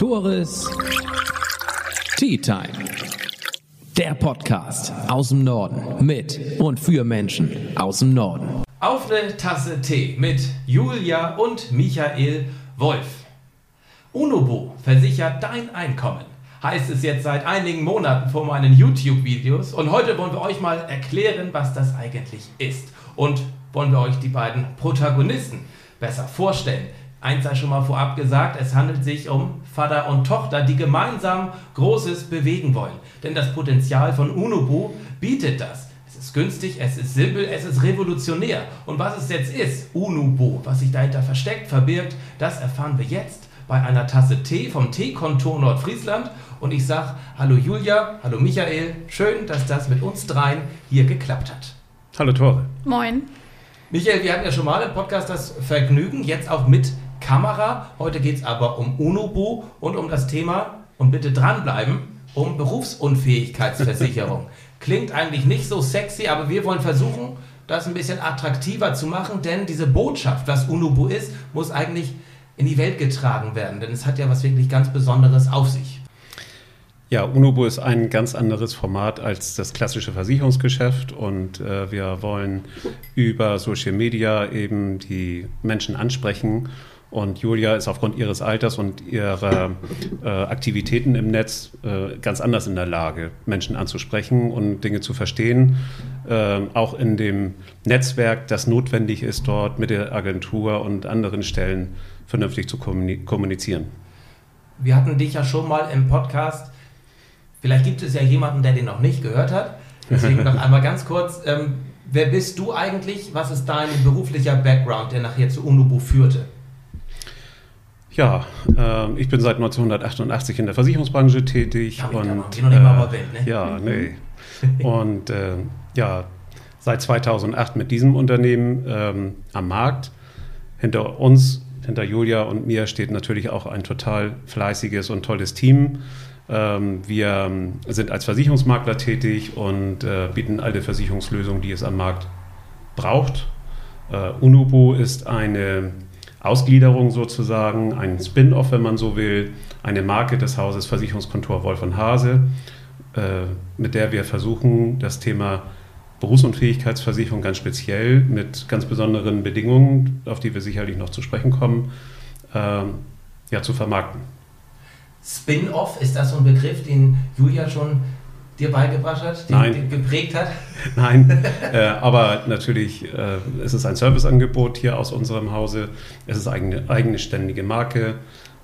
Tores Tea Time. Der Podcast aus dem Norden mit und für Menschen aus dem Norden. Auf eine Tasse Tee mit Julia und Michael Wolf. Unubo versichert dein Einkommen, heißt es jetzt seit einigen Monaten vor meinen YouTube-Videos. Und heute wollen wir euch mal erklären, was das eigentlich ist. Und wollen wir euch die beiden Protagonisten besser vorstellen. Eins sei schon mal vorab gesagt, es handelt sich um Vater und Tochter, die gemeinsam Großes bewegen wollen. Denn das Potenzial von Unubo bietet das. Es ist günstig, es ist simpel, es ist revolutionär. Und was es jetzt ist, Unubo, was sich dahinter versteckt, verbirgt, das erfahren wir jetzt bei einer Tasse Tee vom Teekontor Nordfriesland. Und ich sage hallo Julia, hallo Michael, schön, dass das mit uns dreien hier geklappt hat. Hallo Tore. Moin. Michael, wir hatten ja schon mal im Podcast das Vergnügen, jetzt auch mit Kamera. Heute geht es aber um Unubo und um das Thema, und bitte dranbleiben, um Berufsunfähigkeitsversicherung. Klingt eigentlich nicht so sexy, aber wir wollen versuchen, das ein bisschen attraktiver zu machen, denn diese Botschaft, was Unubo ist, muss eigentlich in die Welt getragen werden, denn es hat ja was wirklich ganz Besonderes auf sich. Ja, Unubo ist ein ganz anderes Format als das klassische Versicherungsgeschäft und wir wollen über Social Media eben die Menschen ansprechen. Und Julia ist aufgrund ihres Alters und ihrer Aktivitäten im Netz ganz anders in der Lage, Menschen anzusprechen und Dinge zu verstehen. Auch in dem Netzwerk, das notwendig ist, dort mit der Agentur und anderen Stellen vernünftig zu kommunizieren. Wir hatten dich ja schon mal im Podcast. Vielleicht gibt es ja jemanden, der den noch nicht gehört hat. Deswegen noch einmal ganz kurz. Wer bist du eigentlich? Was ist dein beruflicher Background, der nachher zu Unubo führte? Ja, ich bin seit 1988 in der Versicherungsbranche tätig. Die noch nicht mal erwähnt, ne? Ja, nee. Und seit 2008 mit diesem Unternehmen am Markt. Hinter uns, hinter Julia und mir steht natürlich auch ein total fleißiges und tolles Team. Wir sind als Versicherungsmakler tätig und bieten alle Versicherungslösungen, die es am Markt braucht. Unubo ist eine Ausgliederung sozusagen, ein Spin-off, wenn man so will, eine Marke des Hauses Versicherungskontor Wolf und Hase, mit der wir versuchen, das Thema Berufsunfähigkeitsversicherung ganz speziell mit ganz besonderen Bedingungen, auf die wir sicherlich noch zu sprechen kommen, zu vermarkten. Spin-off, ist das so ein Begriff, den Julia schon dir beigebracht hat, den geprägt hat? Nein, aber natürlich es ist ein Serviceangebot hier aus unserem Hause. Es ist eine eigene ständige Marke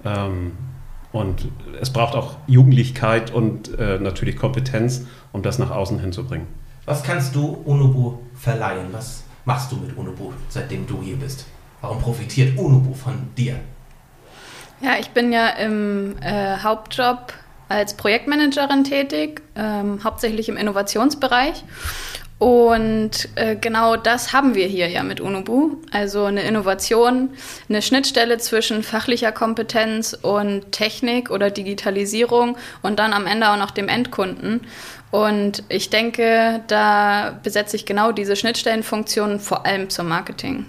und es braucht auch Jugendlichkeit und natürlich Kompetenz, um das nach außen hinzubringen. Was kannst du Unubo verleihen? Was machst du mit Unubo, seitdem du hier bist? Warum profitiert Unubo von dir? Ja, ich bin ja im Hauptjob als Projektmanagerin tätig, hauptsächlich im Innovationsbereich. Und genau das haben wir hier ja mit Unubo. Also eine Innovation, eine Schnittstelle zwischen fachlicher Kompetenz und Technik oder Digitalisierung und dann am Ende auch noch dem Endkunden. Und ich denke, da besetze ich genau diese Schnittstellenfunktion vor allem zum Marketing.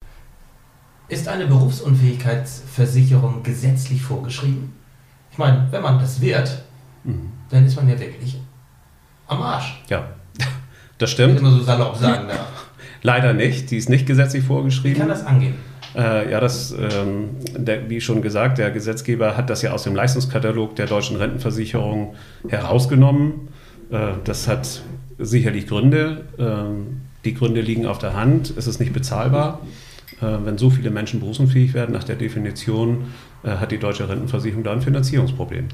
Ist eine Berufsunfähigkeitsversicherung gesetzlich vorgeschrieben? Ich meine, wenn man das wird, dann ist man ja wirklich am Arsch. Ja, das stimmt. Ich will immer so salopp sagen darf. Leider nicht, die ist nicht gesetzlich vorgeschrieben. Wie kann das angehen? Wie schon gesagt, der Gesetzgeber hat das ja aus dem Leistungskatalog der deutschen Rentenversicherung herausgenommen. Das hat sicherlich Gründe. Die Gründe liegen auf der Hand. Es ist nicht bezahlbar. Wenn so viele Menschen berufsunfähig werden, nach der Definition hat die deutsche Rentenversicherung da ein Finanzierungsproblem.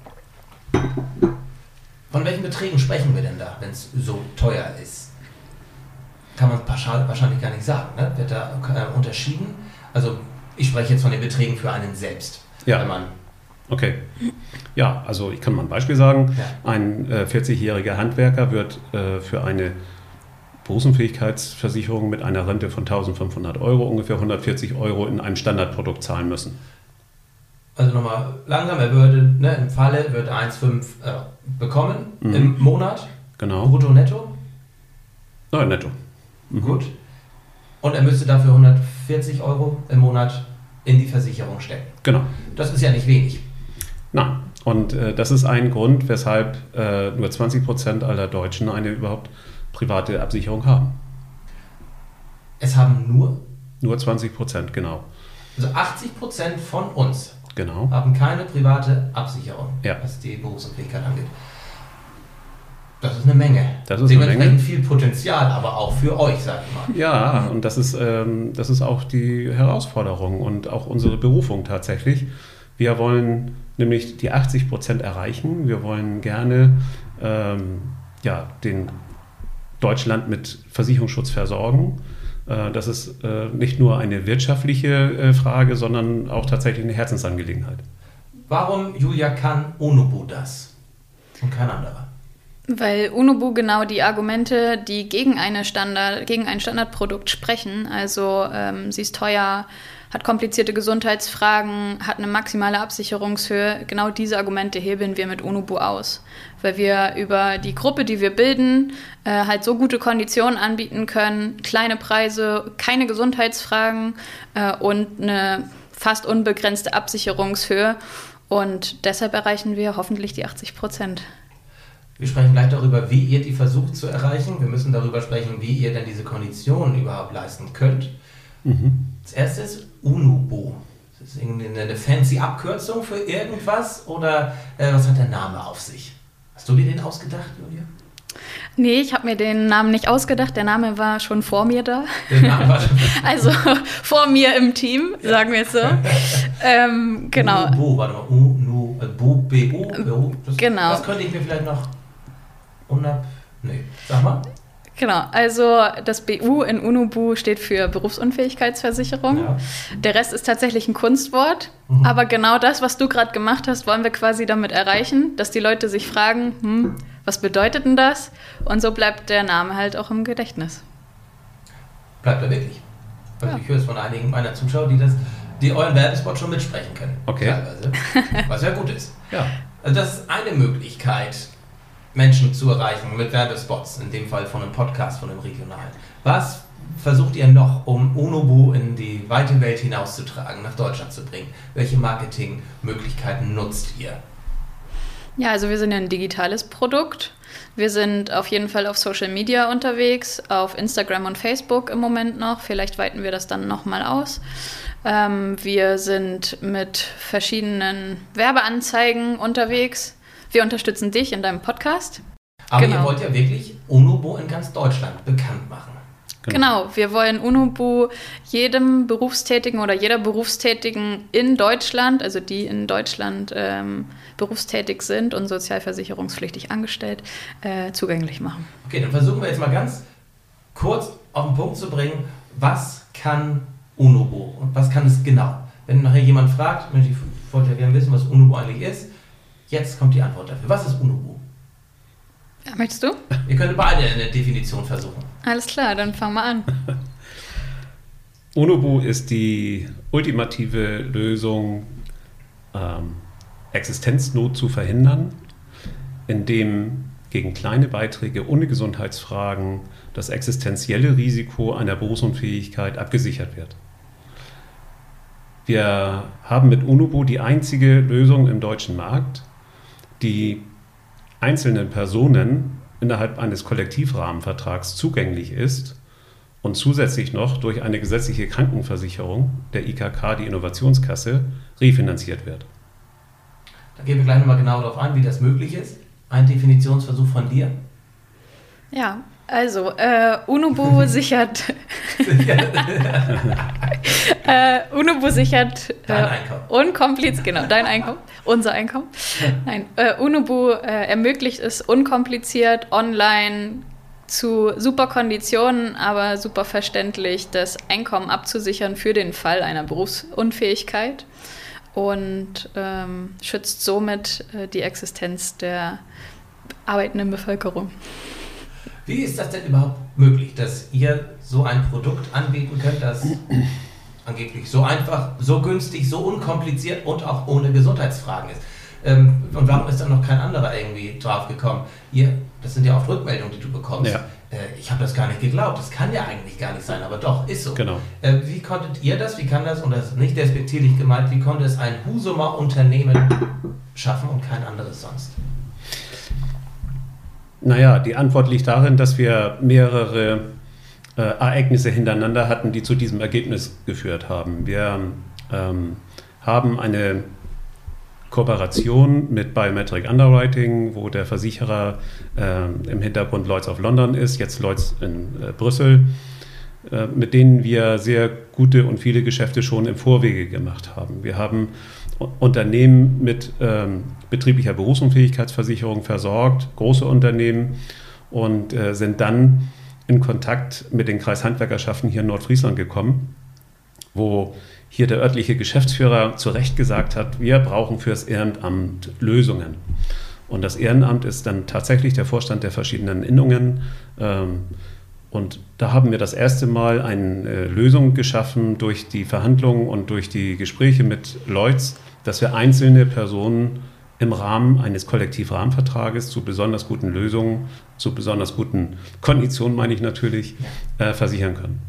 Von welchen Beträgen sprechen wir denn da, wenn es so teuer ist? Kann man pauschal wahrscheinlich gar nicht sagen, ne? Wird da unterschieden? Also ich spreche jetzt von den Beträgen für einen selbst. Ja. Okay. Ja, also ich kann mal ein Beispiel sagen. Ja. Ein 40-jähriger Handwerker wird für eine Berufsunfähigkeitsversicherung mit einer Rente von 1.500 Euro ungefähr 140 Euro in einem Standardprodukt zahlen müssen. Also nochmal langsam, er würde, im Falle, wird 1,5 bekommen im Monat. Genau. Brutto, netto? Nein, netto. Gut. Und er müsste dafür 140 Euro im Monat in die Versicherung stecken. Genau. Das ist ja nicht wenig. Nein. Und das ist ein Grund, weshalb nur 20% aller Deutschen eine überhaupt private Absicherung haben. Es haben Nur 20%, genau. Also 80% von uns Genau. haben keine private Absicherung, Ja. was die Berufsunfähigkeit angeht. Das ist eine Menge. Das ist eine Dementsprechend Menge. viel Potenzial, aber auch für euch, sag ich mal. Ja, und das ist auch die Herausforderung und auch unsere Berufung tatsächlich. Wir wollen nämlich die 80% erreichen. Wir wollen gerne den Deutschland mit Versicherungsschutz versorgen. Das ist nicht nur eine wirtschaftliche Frage, sondern auch tatsächlich eine Herzensangelegenheit. Warum, Julia, kann Onubu das und kein anderer? Weil Onubu genau die Argumente, die gegen ein Standardprodukt sprechen, also sie ist teuer, hat komplizierte Gesundheitsfragen, hat eine maximale Absicherungshöhe, genau diese Argumente hebeln wir mit Onubu aus. Weil wir über die Gruppe, die wir bilden, halt so gute Konditionen anbieten können, kleine Preise, keine Gesundheitsfragen und eine fast unbegrenzte Absicherungshöhe. Und deshalb erreichen wir hoffentlich die 80%. Wir sprechen gleich darüber, wie ihr die versucht zu erreichen. Wir müssen darüber sprechen, wie ihr denn diese Konditionen überhaupt leisten könnt. Als erstes Onubu. Ist das irgendwie eine fancy Abkürzung für irgendwas oder was hat der Name auf sich? Hast du dir den ausgedacht, Julia? Nee, ich habe mir den Namen nicht ausgedacht. Der Name war schon vor mir da. Der Name war schon Also vor mir im Team, sagen wir es so. Genau. Onubu, warte mal. BU. Genau. Das könnte ich mir vielleicht noch sag mal. Genau, also das BU in Onubu steht für Berufsunfähigkeitsversicherung. Ja. Der Rest ist tatsächlich ein Kunstwort. Aber genau das, was du gerade gemacht hast, wollen wir quasi damit erreichen, dass die Leute sich fragen, was bedeutet denn das? Und so bleibt der Name halt auch im Gedächtnis. Bleibt er wirklich. Also Ja. ich höre es von einigen meiner Zuschauer, die euren Werbespot schon mitsprechen können. Okay. Teilweise. Was ja gut ist. Ja. Also das ist eine Möglichkeit, Menschen zu erreichen mit Werbespots, in dem Fall von einem Podcast, von einem regionalen. Was versucht ihr noch, um Onubu in die weite Welt hinauszutragen, nach Deutschland zu bringen? Welche Marketingmöglichkeiten nutzt ihr? Ja, also wir sind ja ein digitales Produkt. Wir sind auf jeden Fall auf Social Media unterwegs, auf Instagram und Facebook im Moment noch. Vielleicht weiten wir das dann nochmal aus. Wir sind mit verschiedenen Werbeanzeigen unterwegs. Wir unterstützen dich in deinem Podcast. Aber Genau. ihr wollt ja wirklich Onubu in ganz Deutschland bekannt machen. Genau, wir wollen Onubu jedem Berufstätigen oder jeder Berufstätigen in Deutschland, also die in Deutschland berufstätig sind und sozialversicherungspflichtig angestellt, zugänglich machen. Okay, dann versuchen wir jetzt mal ganz kurz auf den Punkt zu bringen, was kann Onubu und was kann es genau? Wenn nachher jemand fragt, Mensch, ich wollte ja gerne wissen, was Onubu eigentlich ist, jetzt kommt die Antwort dafür. Was ist Onubu? Ja, möchtest du? Ihr könnt beide eine Definition versuchen. Alles klar, dann fang mal an. Onubu ist die ultimative Lösung, Existenznot zu verhindern, indem gegen kleine Beiträge ohne Gesundheitsfragen das existenzielle Risiko einer Berufsunfähigkeit abgesichert wird. Wir haben mit Onubu die einzige Lösung im deutschen Markt, die einzelnen Personen innerhalb eines Kollektivrahmenvertrags zugänglich ist und zusätzlich noch durch eine gesetzliche Krankenversicherung, der IKK, die Innovationskasse, refinanziert wird. Da gehen wir gleich nochmal genau darauf ein, wie das möglich ist. Ein Definitionsversuch von dir. Ja, also Onubu sichert Onubu sichert Dein Einkommen. unkompliziert, genau, dein Einkommen, unser Einkommen. Nein, Onubu ermöglicht es unkompliziert, online zu super Konditionen, aber super verständlich, das Einkommen abzusichern für den Fall einer Berufsunfähigkeit und schützt somit die Existenz der arbeitenden Bevölkerung. Wie ist das denn überhaupt möglich, dass ihr so ein Produkt anbieten könnt, das angeblich so einfach, so günstig, so unkompliziert und auch ohne Gesundheitsfragen ist? Und warum ist da noch kein anderer irgendwie drauf gekommen? Das sind ja oft Rückmeldungen, die du bekommst. Ja. ich habe das gar nicht geglaubt, das kann ja eigentlich gar nicht sein, aber doch, ist so. Genau. Wie konntet ihr das, wie kann das, und das ist nicht despektierlich gemeint, wie konnte es ein Husumer Unternehmen schaffen und kein anderes sonst? Naja, die Antwort liegt darin, dass wir mehrere Ereignisse hintereinander hatten, die zu diesem Ergebnis geführt haben. Wir haben eine Kooperation mit Biometric Underwriting, wo der Versicherer im Hintergrund Lloyd's of London ist, jetzt Lloyd's in Brüssel, mit denen wir sehr gute und viele Geschäfte schon im Vorwege gemacht haben. Wir haben Unternehmen mit betrieblicher Berufsunfähigkeitsversicherung versorgt, große Unternehmen, und sind dann in Kontakt mit den Kreishandwerkerschaften hier in Nordfriesland gekommen, wo hier der örtliche Geschäftsführer zu Recht gesagt hat, wir brauchen fürs Ehrenamt Lösungen. Und das Ehrenamt ist dann tatsächlich der Vorstand der verschiedenen Innungen. Und da haben wir das erste Mal eine Lösung geschaffen durch die Verhandlungen und durch die Gespräche mit Lloyd's, dass wir einzelne Personen im Rahmen eines Kollektivrahmenvertrages zu besonders guten Lösungen, zu besonders guten Konditionen, meine ich natürlich, versichern können.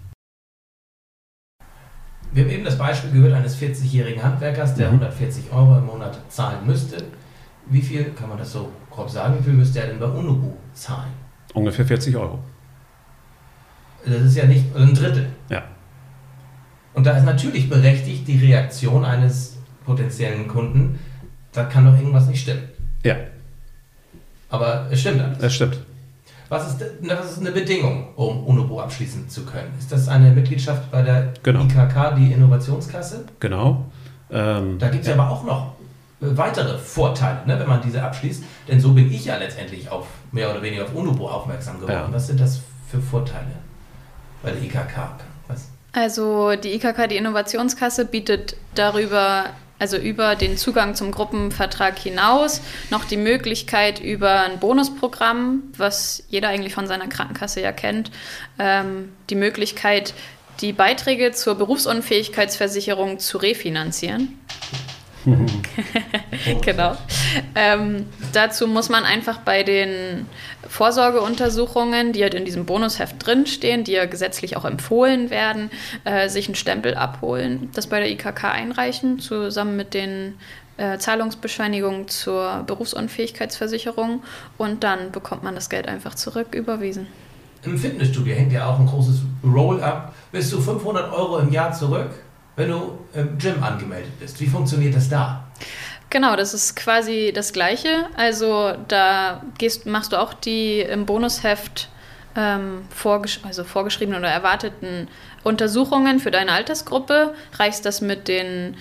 Wir haben eben das Beispiel gehört eines 40-jährigen Handwerkers, der 140 Euro im Monat zahlen müsste. Wie viel, kann man das so grob sagen, wie viel müsste er denn bei Unubu zahlen? Ungefähr 40 Euro. Das ist ja nicht ein Drittel. Ja. Und da ist natürlich berechtigt die Reaktion eines potenziellen Kunden, da kann doch irgendwas nicht stimmen. Ja. Aber es stimmt alles. Es stimmt. Was ist eine Bedingung, um Unubu abschließen zu können? Ist das eine Mitgliedschaft bei der IKK, die Innovationskasse? Genau. Da gibt es aber auch noch weitere Vorteile, ne, wenn man diese abschließt. Denn so bin ich ja letztendlich mehr oder weniger auf Unubu aufmerksam geworden. Ja. Was sind das für Vorteile bei der IKK? Also die IKK, die Innovationskasse, bietet darüber, also über den Zugang zum Gruppenvertrag hinaus, noch die Möglichkeit über ein Bonusprogramm, was jeder eigentlich von seiner Krankenkasse ja kennt, die Möglichkeit, die Beiträge zur Berufsunfähigkeitsversicherung zu refinanzieren. Genau. Dazu muss man einfach bei den Vorsorgeuntersuchungen, die halt in diesem Bonusheft drinstehen, die ja gesetzlich auch empfohlen werden, sich einen Stempel abholen, das bei der IKK einreichen, zusammen mit den Zahlungsbescheinigungen zur Berufsunfähigkeitsversicherung, und dann bekommt man das Geld einfach zurück überwiesen. Im Fitnessstudio hängt ja auch ein großes Roll-up. Bis zu 500 Euro im Jahr zurück, wenn du im Gym angemeldet bist. Wie funktioniert das da? Genau, das ist quasi das Gleiche. Also da machst du auch die im Bonusheft vorgeschriebenen oder erwarteten Untersuchungen für deine Altersgruppe, reichst das mit den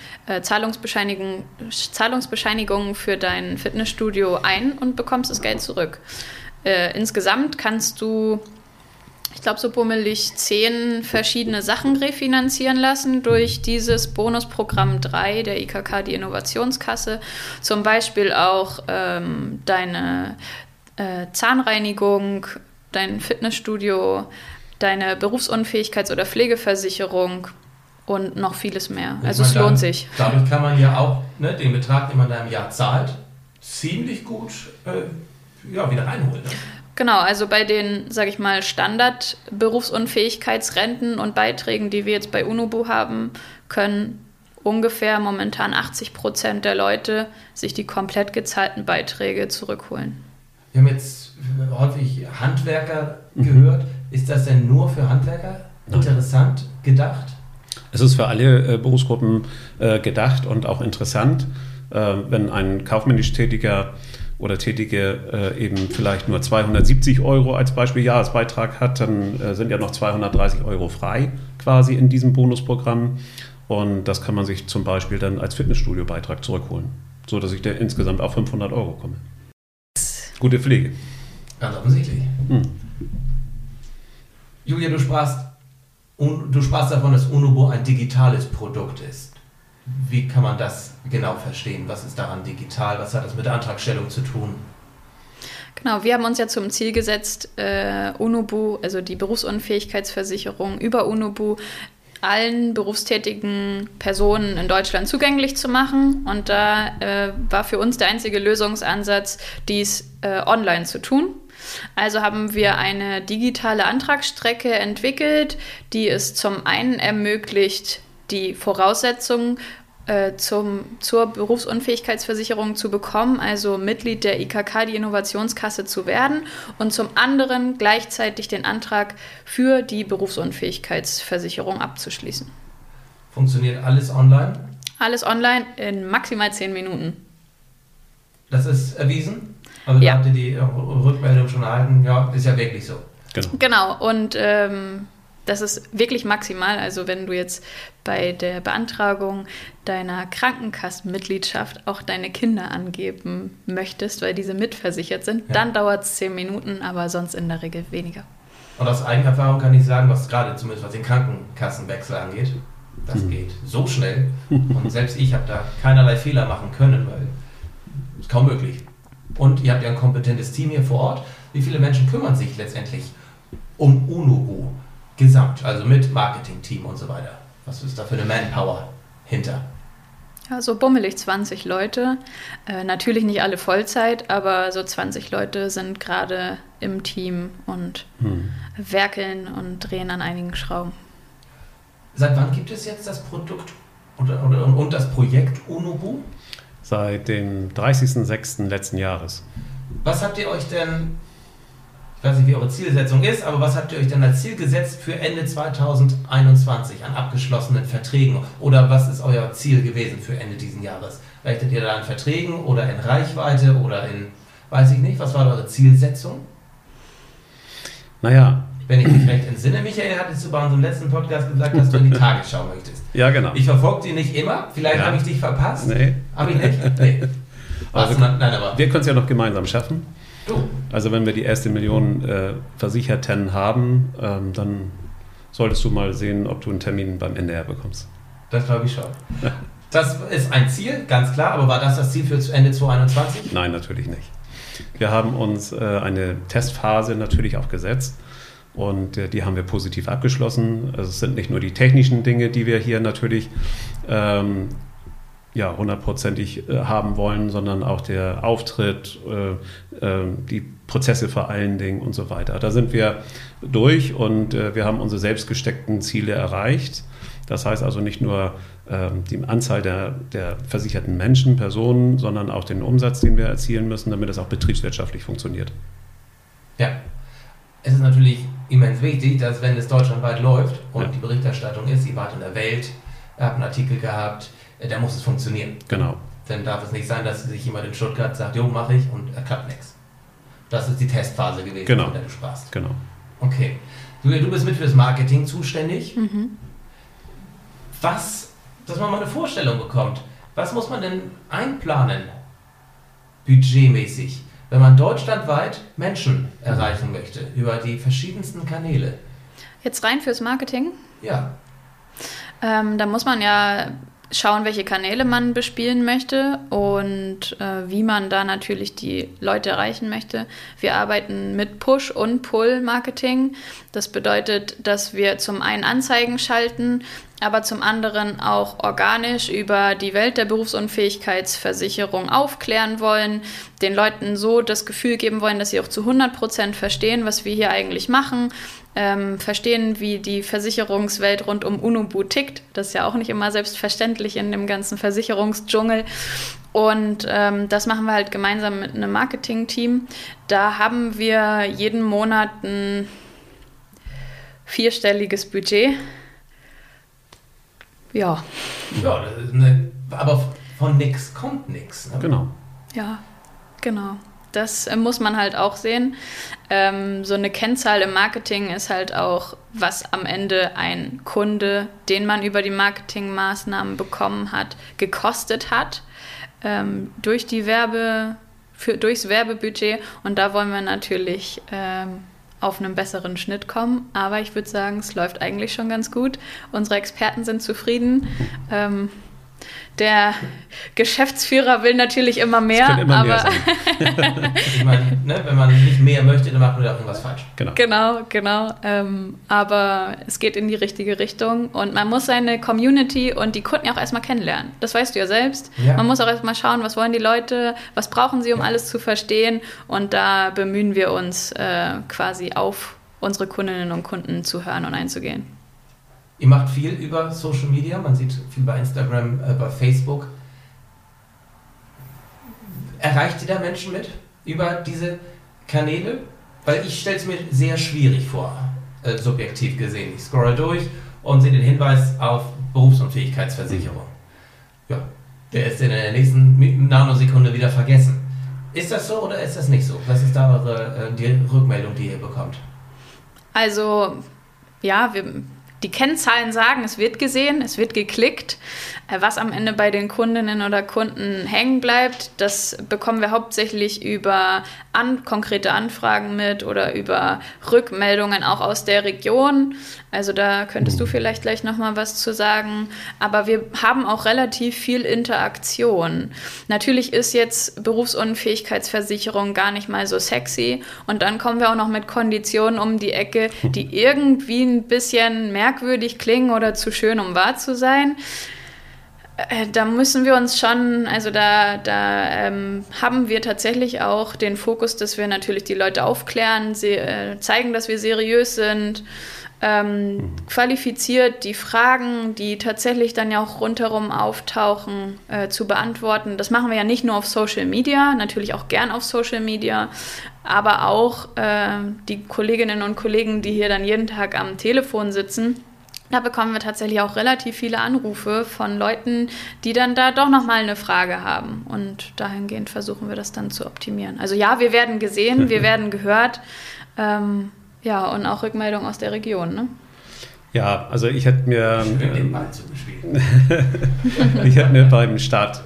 Zahlungsbescheinigungen für dein Fitnessstudio ein und bekommst das Geld zurück. Insgesamt kannst du, ich glaube, so bummelig 10 verschiedene Sachen refinanzieren lassen durch dieses Bonusprogramm 3 der IKK, die Innovationskasse. Zum Beispiel auch deine Zahnreinigung, dein Fitnessstudio, deine Berufsunfähigkeits- oder Pflegeversicherung und noch vieles mehr. Also es lohnt sich. Dadurch kann man ja auch den Betrag, den man da im Jahr zahlt, ziemlich gut wieder reinholen. Ne? Genau, also bei den, sage ich mal, Standard-Berufsunfähigkeitsrenten und Beiträgen, die wir jetzt bei Unubu haben, können ungefähr momentan 80% der Leute sich die komplett gezahlten Beiträge zurückholen. Wir haben jetzt häufig Handwerker gehört. Ist das denn nur für Handwerker interessant gedacht? Es ist für alle Berufsgruppen gedacht und auch interessant, wenn ein kaufmännisch Tätiger oder Tätige eben vielleicht nur 270 Euro als Beispiel Jahresbeitrag hat, dann sind ja noch 230 Euro frei quasi in diesem Bonusprogramm. Und das kann man sich zum Beispiel dann als Fitnessstudio-Beitrag zurückholen, sodass ich da insgesamt auf 500 Euro komme. Gute Pflege. Ganz offensichtlich. Julia, du sprachst davon, dass Unubu ein digitales Produkt ist. Wie kann man das genau verstehen? Was ist daran digital? Was hat das mit der Antragstellung zu tun? Genau, wir haben uns ja zum Ziel gesetzt, Unubu, also die Berufsunfähigkeitsversicherung über Unubu, allen berufstätigen Personen in Deutschland zugänglich zu machen. Und da war für uns der einzige Lösungsansatz, dies online zu tun. Also haben wir eine digitale Antragsstrecke entwickelt, die es zum einen ermöglicht, die Voraussetzungen zur Berufsunfähigkeitsversicherung zu bekommen, also Mitglied der IKK, die Innovationskasse zu werden, und zum anderen gleichzeitig den Antrag für die Berufsunfähigkeitsversicherung abzuschließen. Funktioniert alles online? Alles online in maximal 10 Minuten. Das ist erwiesen? Also Ja. habt ihr die Rückmeldung schon erhalten? Ja, ist ja wirklich so. Genau, und das ist wirklich maximal. Also wenn du jetzt bei der Beantragung deiner Krankenkassenmitgliedschaft auch deine Kinder angeben möchtest, weil diese mitversichert sind, dann dauert es 10 Minuten, aber sonst in der Regel weniger. Und aus Eigenerfahrung kann ich sagen, was gerade zumindest was den Krankenkassenwechsel angeht, das geht so schnell. Und selbst ich habe da keinerlei Fehler machen können, weil es kaum möglich. Und ihr habt ja ein kompetentes Team hier vor Ort. Wie viele Menschen kümmern sich letztendlich um UNOBU gesamt, also mit Marketing-Team und so weiter? Was ist da für eine Manpower hinter? Ja, so bummelig 20 Leute. Natürlich nicht alle Vollzeit, aber so 20 Leute sind gerade im Team und werkeln und drehen an einigen Schrauben. Seit wann gibt es jetzt das Produkt und das Projekt UNOBU? Seit dem 30.06. letzten Jahres. Was habt ihr euch denn, ich weiß nicht, wie eure Zielsetzung ist, aber was habt ihr euch denn als Ziel gesetzt für Ende 2021 an abgeschlossenen Verträgen? Oder was ist euer Ziel gewesen für Ende diesen Jahres? Rechnet ihr da an Verträgen oder in Reichweite oder in, weiß ich nicht, was war eure Zielsetzung? Naja. Wenn ich mich recht entsinne, Michael, hattest du bei unserem letzten Podcast gesagt, dass du in die Tagesschau möchtest. Ja, genau. Ich verfolge sie nicht immer, vielleicht habe ich dich verpasst. Nee. Habe ich nicht? Nee. Also, Nein, aber wir können es ja noch gemeinsam schaffen. du. Also wenn wir die erste Million Versicherten haben, dann solltest du mal sehen, ob du einen Termin beim NDR bekommst. Das glaube ich schon. Das ist ein Ziel, ganz klar, aber war das Ziel für Ende 2021? Nein, natürlich nicht. Wir haben uns eine Testphase natürlich auch gesetzt und die haben wir positiv abgeschlossen. Also es sind nicht nur die technischen Dinge, die wir hier natürlich hundertprozentig haben wollen, sondern auch der Auftritt, die Prozesse vor allen Dingen und so weiter. Da sind wir durch und wir haben unsere selbst gesteckten Ziele erreicht. Das heißt also nicht nur die Anzahl der versicherten Menschen, Personen, sondern auch den Umsatz, den wir erzielen müssen, damit es auch betriebswirtschaftlich funktioniert. Ja. Es ist natürlich immens wichtig, dass wenn es deutschlandweit läuft und die Berichterstattung ist, ihr wart in der Welt, ihr habt einen Artikel gehabt, da muss es funktionieren. Genau. Dann darf es nicht sein, dass sich jemand in Stuttgart sagt, jo, mache ich und er klappt nichts. Das ist die Testphase gewesen, von der du sprachst. Genau. Okay. Du bist mit für das Marketing zuständig. Dass man mal eine Vorstellung bekommt, was muss man denn einplanen, budgetmäßig, wenn man deutschlandweit Menschen erreichen möchte, über die verschiedensten Kanäle? Jetzt rein fürs Marketing? Ja. Da muss man ja schauen, welche Kanäle man bespielen möchte und wie man da natürlich die Leute erreichen möchte. Wir arbeiten mit Push- und Pull-Marketing. Das bedeutet, dass wir zum einen Anzeigen schalten, aber zum anderen auch organisch über die Welt der Berufsunfähigkeitsversicherung aufklären wollen, den Leuten so das Gefühl geben wollen, dass sie auch zu 100% verstehen, was wir hier eigentlich machen, verstehen, wie die Versicherungswelt rund um UNOBU tickt. Das ist ja auch nicht immer selbstverständlich in dem ganzen Versicherungsdschungel. Und das machen wir halt gemeinsam mit einem Marketing-Team. Da haben wir jeden Monat ein 4-stelliges Budget. Ja. Ja, das ist aber von nix kommt nix. Ne? Genau. Ja, genau. Das muss man halt auch sehen. So eine Kennzahl im Marketing ist halt auch, was am Ende ein Kunde, den man über die Marketingmaßnahmen bekommen hat, gekostet hat, durchs Werbebudget. Und da wollen wir natürlich auf einen besseren Schnitt kommen. Aber ich würde sagen, es läuft eigentlich schon ganz gut. Unsere Experten sind zufrieden. der Geschäftsführer will natürlich immer mehr, Es kann immer aber mehr sein. Ich meine, ne, wenn man nicht mehr möchte, dann macht man da irgendwas falsch. Genau. Aber es geht in die richtige Richtung und man muss seine Community und die Kunden ja auch erstmal kennenlernen. Das weißt du ja selbst. Ja. Man muss auch erstmal schauen, was wollen die Leute, was brauchen sie, um alles zu verstehen, und da bemühen wir uns quasi auf unsere Kundinnen und Kunden zu hören und einzugehen. Ihr macht viel über Social Media, man sieht viel bei Instagram, bei Facebook. Erreicht ihr da Menschen mit über diese Kanäle? Weil ich stelle es mir sehr schwierig vor, subjektiv gesehen. Ich scrolle durch und sehe den Hinweis auf Berufsunfähigkeitsversicherung. Ja, der ist in der nächsten Nanosekunde wieder vergessen. Ist das so oder ist das nicht so? Was ist da die Rückmeldung, die ihr bekommt? Also, ja, die Kennzahlen sagen, es wird gesehen, es wird geklickt. Was am Ende bei den Kundinnen oder Kunden hängen bleibt, das bekommen wir hauptsächlich über konkrete Anfragen mit oder über Rückmeldungen auch aus der Region. Also da könntest du vielleicht gleich nochmal was zu sagen. Aber wir haben auch relativ viel Interaktion. Natürlich ist jetzt Berufsunfähigkeitsversicherung gar nicht mal so sexy. Und dann kommen wir auch noch mit Konditionen um die Ecke, die irgendwie ein bisschen merkwürdig klingen oder zu schön, um wahr zu sein. Da müssen wir uns schon, also da haben wir tatsächlich auch den Fokus, dass wir natürlich die Leute aufklären, zeigen, dass wir seriös sind, qualifiziert die Fragen, die tatsächlich dann ja auch rundherum auftauchen, zu beantworten. Das machen wir ja nicht nur auf Social Media, natürlich auch gern auf Social Media, aber auch die Kolleginnen und Kollegen, die hier dann jeden Tag am Telefon sitzen. Da bekommen wir tatsächlich auch relativ viele Anrufe von Leuten, die dann da doch nochmal eine Frage haben. Und dahingehend versuchen wir das dann zu optimieren. Also ja, wir werden gesehen, wir werden gehört. Ja, und auch Rückmeldung aus der Region, ne? Ja, also ich hätte mir... Schön den Ball zugespielt. Ich hätte mir beim Start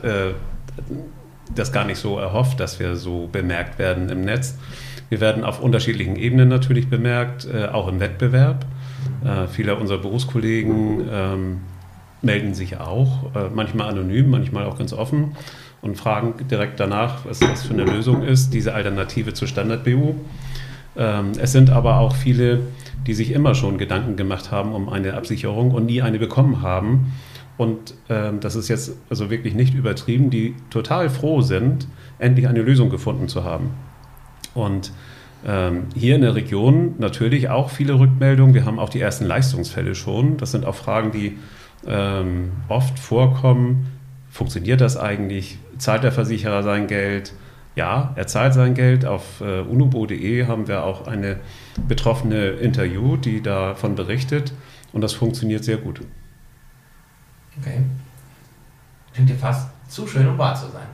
das gar nicht so erhofft, dass wir so bemerkt werden im Netz. Wir werden auf unterschiedlichen Ebenen natürlich bemerkt, auch im Wettbewerb. Viele unserer Berufskollegen melden sich auch, manchmal anonym, manchmal auch ganz offen und fragen direkt danach, was das für eine Lösung ist, diese Alternative zur Standard-BU. Es sind aber auch viele, die sich immer schon Gedanken gemacht haben um eine Absicherung und nie eine bekommen haben. Und das ist jetzt also wirklich nicht übertrieben, die total froh sind, endlich eine Lösung gefunden zu haben. Und hier in der Region natürlich auch viele Rückmeldungen. Wir haben auch die ersten Leistungsfälle schon. Das sind auch Fragen, die oft vorkommen. Funktioniert das eigentlich? Zahlt der Versicherer sein Geld? Ja, er zahlt sein Geld. Auf unubo.de haben wir auch eine Betroffene Interview, die davon berichtet. Und das funktioniert sehr gut. Okay. Klingt dir fast zu schön, um wahr zu sein.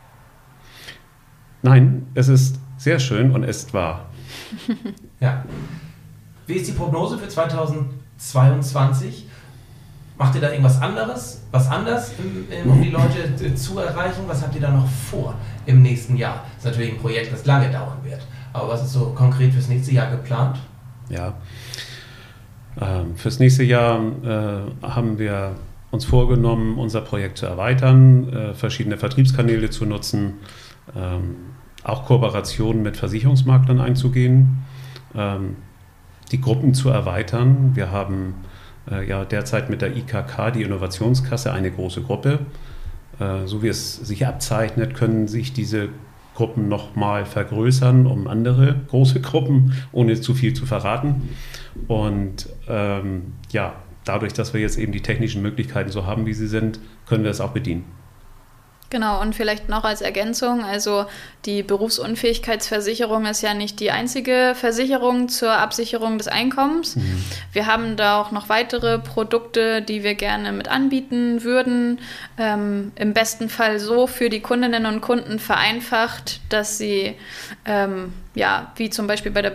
Nein, es ist sehr schön und ist wahr. Ja. Wie ist die Prognose für 2022? Macht ihr da irgendwas anderes? Was anders, um die Leute zu erreichen? Was habt ihr da noch vor im nächsten Jahr? Das ist natürlich ein Projekt, das lange dauern wird. Aber was ist so konkret fürs nächste Jahr geplant? Ja, fürs nächste Jahr haben wir uns vorgenommen, unser Projekt zu erweitern, verschiedene Vertriebskanäle zu nutzen, auch Kooperationen mit Versicherungsmaklern einzugehen, die Gruppen zu erweitern. Wir haben ja derzeit mit der IKK, die Innovationskasse, eine große Gruppe. So wie es sich abzeichnet, können sich diese Gruppen nochmal vergrößern um andere große Gruppen, ohne zu viel zu verraten. Und ja, dadurch, dass wir jetzt eben die technischen Möglichkeiten so haben, wie sie sind, können wir es auch bedienen. Genau, und vielleicht noch als Ergänzung, also die Berufsunfähigkeitsversicherung ist ja nicht die einzige Versicherung zur Absicherung des Einkommens. Mhm. Wir haben da auch noch weitere Produkte, die wir gerne mit anbieten würden. Im besten Fall so für die Kundinnen und Kunden vereinfacht, dass sie, ja, wie zum Beispiel bei der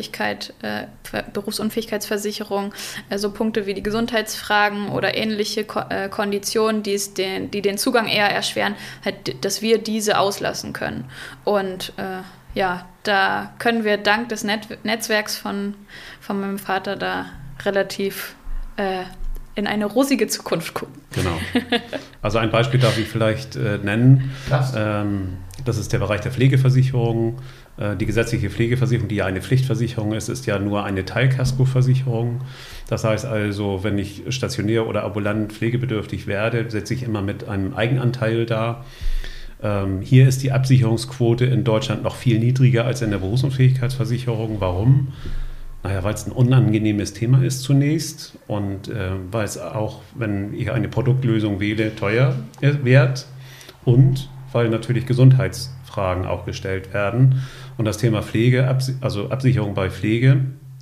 Berufsunfähigkeitsversicherung, so Punkte wie die Gesundheitsfragen oder ähnliche Konditionen, die den Zugang eher erschweren, halt, dass wir diese auslassen können. Und ja, da können wir dank des Netzwerks von meinem Vater da relativ in eine rosige Zukunft gucken. Genau. Also ein Beispiel darf ich vielleicht nennen. Das ist der Bereich der Pflegeversicherung. Die gesetzliche Pflegeversicherung, die ja eine Pflichtversicherung ist ja nur eine Teilkaskoversicherung. Das heißt also, wenn ich stationär oder ambulant pflegebedürftig werde, setze ich immer mit einem Eigenanteil da. Hier ist die Absicherungsquote in Deutschland noch viel niedriger als in der Berufsunfähigkeitsversicherung. Warum? Naja, weil es ein unangenehmes Thema ist zunächst und weil es auch, wenn ich eine Produktlösung wähle, teuer wird und weil natürlich Gesundheitsfragen auch gestellt werden. Und das Thema Pflege, also Absicherung bei Pflege,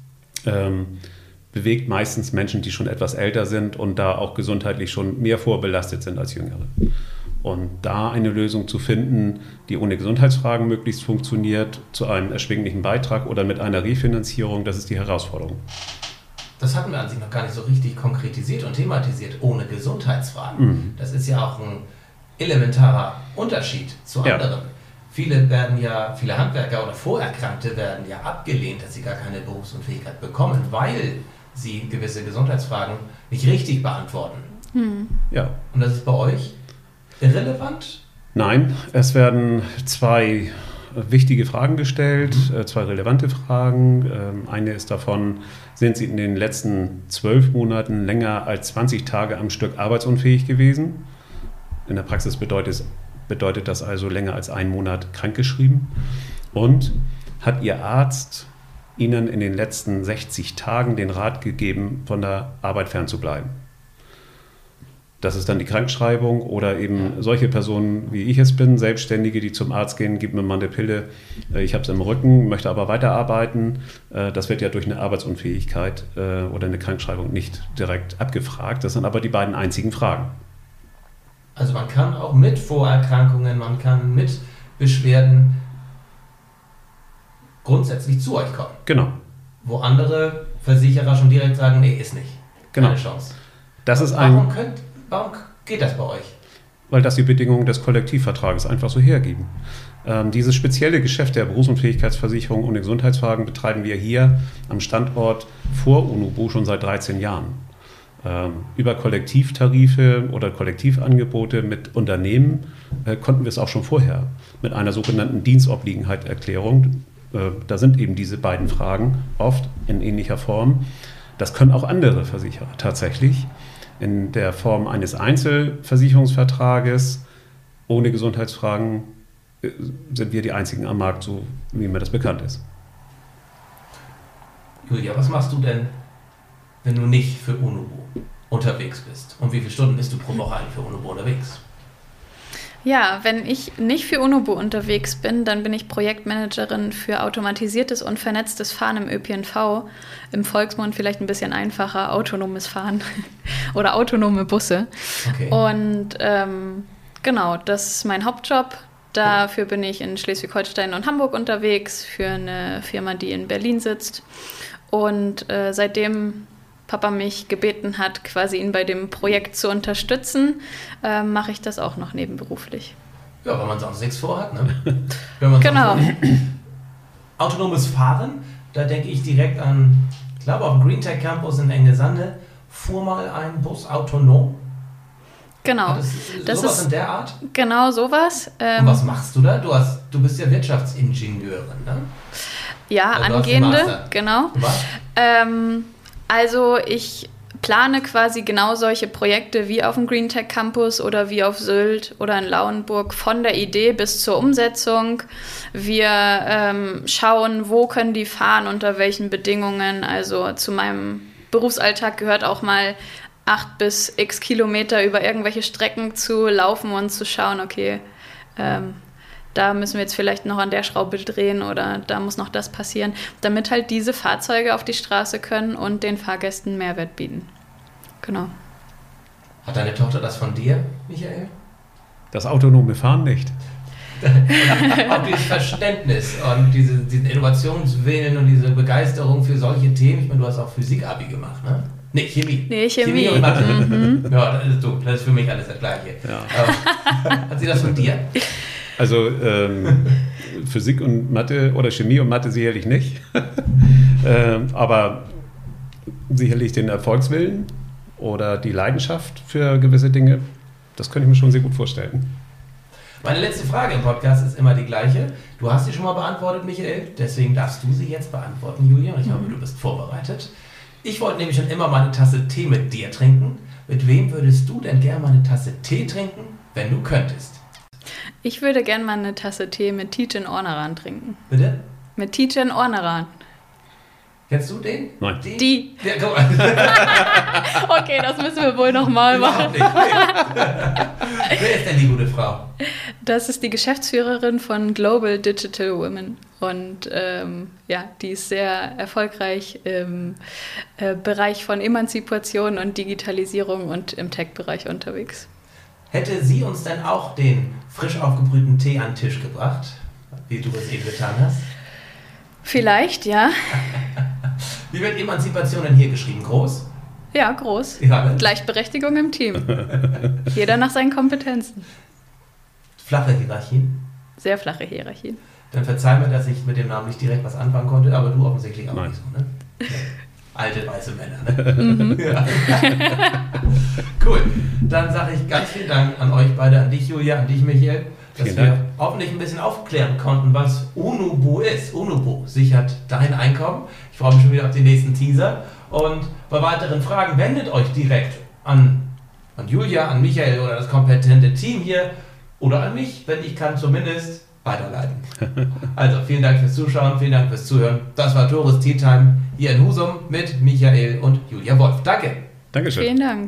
bewegt meistens Menschen, die schon etwas älter sind und da auch gesundheitlich schon mehr vorbelastet sind als Jüngere. Und da eine Lösung zu finden, die ohne Gesundheitsfragen möglichst funktioniert, zu einem erschwinglichen Beitrag oder mit einer Refinanzierung, das ist die Herausforderung. Das hatten wir an sich noch gar nicht so richtig konkretisiert und thematisiert, ohne Gesundheitsfragen. Das ist ja auch ein elementarer Unterschied zu anderen. Viele Handwerker oder Vorerkrankte werden ja abgelehnt, dass sie gar keine Berufsunfähigkeit bekommen, weil sie gewisse Gesundheitsfragen nicht richtig beantworten. Ja. Und das ist bei euch irrelevant? Nein, es werden zwei wichtige Fragen gestellt, zwei relevante Fragen. Eine ist davon, sind Sie in den letzten 12 Monaten länger als 20 Tage am Stück arbeitsunfähig gewesen? In der Praxis bedeutet das also länger als 1 Monat krankgeschrieben. Und hat Ihr Arzt Ihnen in den letzten 60 Tagen den Rat gegeben, von der Arbeit fernzubleiben? Das ist dann die Krankschreibung oder eben solche Personen, wie ich es bin, Selbstständige, die zum Arzt gehen, gib mir mal eine Pille, ich habe es im Rücken, möchte aber weiterarbeiten. Das wird ja durch eine Arbeitsunfähigkeit oder eine Krankschreibung nicht direkt abgefragt. Das sind aber die beiden einzigen Fragen. Also man kann auch mit Vorerkrankungen, man kann mit Beschwerden grundsätzlich zu euch kommen. Genau. Wo andere Versicherer schon direkt sagen, nee, ist nicht. Keine Genau. Chance. Das ist Warum geht das bei euch? Weil das die Bedingungen des Kollektivvertrages einfach so hergeben. Dieses spezielle Geschäft der Berufsunfähigkeitsversicherung ohne Gesundheitsfragen betreiben wir hier am Standort vor UNOBO schon seit 13 Jahren. Über Kollektivtarife oder Kollektivangebote mit Unternehmen konnten wir es auch schon vorher mit einer sogenannten Dienstobliegenheitserklärung. Da sind eben diese beiden Fragen oft in ähnlicher Form. Das können auch andere Versicherer tatsächlich. In der Form eines Einzelversicherungsvertrages ohne Gesundheitsfragen sind wir die einzigen am Markt, so wie mir das bekannt ist. Julia, was machst du denn, wenn du nicht für UNOBO unterwegs bist? Und wie viele Stunden bist du pro Woche eigentlich für UNOBO unterwegs? Ja, wenn ich nicht für UNOBO unterwegs bin, dann bin ich Projektmanagerin für automatisiertes und vernetztes Fahren im ÖPNV. Im Volksmund vielleicht ein bisschen einfacher, autonomes Fahren oder autonome Busse. Okay. Und genau, das ist mein Hauptjob. Dafür bin ich in Schleswig-Holstein und Hamburg unterwegs, für eine Firma, die in Berlin sitzt. Und seitdem Papa mich gebeten hat, quasi ihn bei dem Projekt zu unterstützen, mache ich das auch noch nebenberuflich. Ja, weil man sonst nichts vorhat, ne? Wenn man Genau. Autonomes Fahren, da denke ich direkt an, ich glaube auf dem Green Tech Campus in Engesande, fuhr mal ein Bus autonom. Genau. Das sowas in der Art? Genau sowas. Und was machst du da? Du bist ja Wirtschaftsingenieurin, ne? Ja, also angehende, genau. Was? Also ich plane quasi genau solche Projekte wie auf dem Green Tech Campus oder wie auf Sylt oder in Lauenburg von der Idee bis zur Umsetzung. Wir schauen, wo können die fahren, unter welchen Bedingungen. Also zu meinem Berufsalltag gehört auch mal 8 bis x Kilometer über irgendwelche Strecken zu laufen und zu schauen, okay, da müssen wir jetzt vielleicht noch an der Schraube drehen oder da muss noch das passieren, damit halt diese Fahrzeuge auf die Straße können und den Fahrgästen Mehrwert bieten. Genau. Hat deine Tochter das von dir, Michael? Das autonome Fahren nicht. Auch dieses Verständnis und diesen Innovationswillen und diese Begeisterung für solche Themen. Ich meine, du hast auch Physik-Abi gemacht, ne? Nee, Chemie. Nee, Chemie und Mathe. Ja, das ist für mich alles das Gleiche. Ja. Hat sie das von dir? Also Physik und Mathe oder Chemie und Mathe sicherlich nicht, aber sicherlich den Erfolgswillen oder die Leidenschaft für gewisse Dinge. Das könnte ich mir schon sehr gut vorstellen. Meine letzte Frage im Podcast ist immer die gleiche. Du hast sie schon mal beantwortet, Michael. Deswegen darfst du sie jetzt beantworten, Julia. Ich hoffe, du bist vorbereitet. Ich wollte nämlich schon immer mal eine Tasse Tee mit dir trinken. Mit wem würdest du denn gerne mal eine Tasse Tee trinken, wenn du könntest? Ich würde gerne mal eine Tasse Tee mit Tijen Ornaran trinken. Bitte? Mit Tijen Ornaran. Kennst du den? Nein. Die. Ja, guck mal. Okay, das müssen wir wohl nochmal machen. Überhaupt nicht. Wer ist denn die gute Frau? Das ist die Geschäftsführerin von Global Digital Women. Und die ist sehr erfolgreich im Bereich von Emanzipation und Digitalisierung und im Tech-Bereich unterwegs. Hätte sie uns denn auch den frisch aufgebrühten Tee an den Tisch gebracht, wie du es eben getan hast? Vielleicht, ja. Wie wird Emanzipation denn hier geschrieben? Groß? Ja, groß. Ja, ne? Gleichberechtigung im Team. Jeder nach seinen Kompetenzen. Flache Hierarchien? Sehr flache Hierarchien. Dann verzeih mir, dass ich mit dem Namen nicht direkt was anfangen konnte, aber du offensichtlich auch Nein. nicht so, ne? Ja. Alte weiße Männer, ne? Ja. Cool. Dann sage ich ganz vielen Dank an euch beide, an dich Julia, an dich Michael, dass Vielen wir Dank. hoffentlich ein bisschen aufklären konnten, was Onubo ist. Onubo sichert dein Einkommen. Ich freue mich schon wieder auf den nächsten Teaser. Und bei weiteren Fragen wendet euch direkt an Julia, an Michael oder das kompetente Team hier oder an mich, wenn ich kann zumindest weiterleiten. Also vielen Dank fürs Zuschauen, vielen Dank fürs Zuhören. Das war Tores Tea Time hier in Husum mit Michael und Julia Wolf. Danke. Dankeschön. Vielen Dank.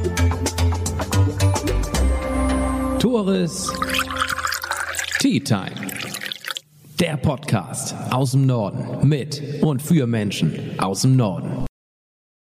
Tores Tea Time. Der Podcast aus dem Norden mit und für Menschen aus dem Norden.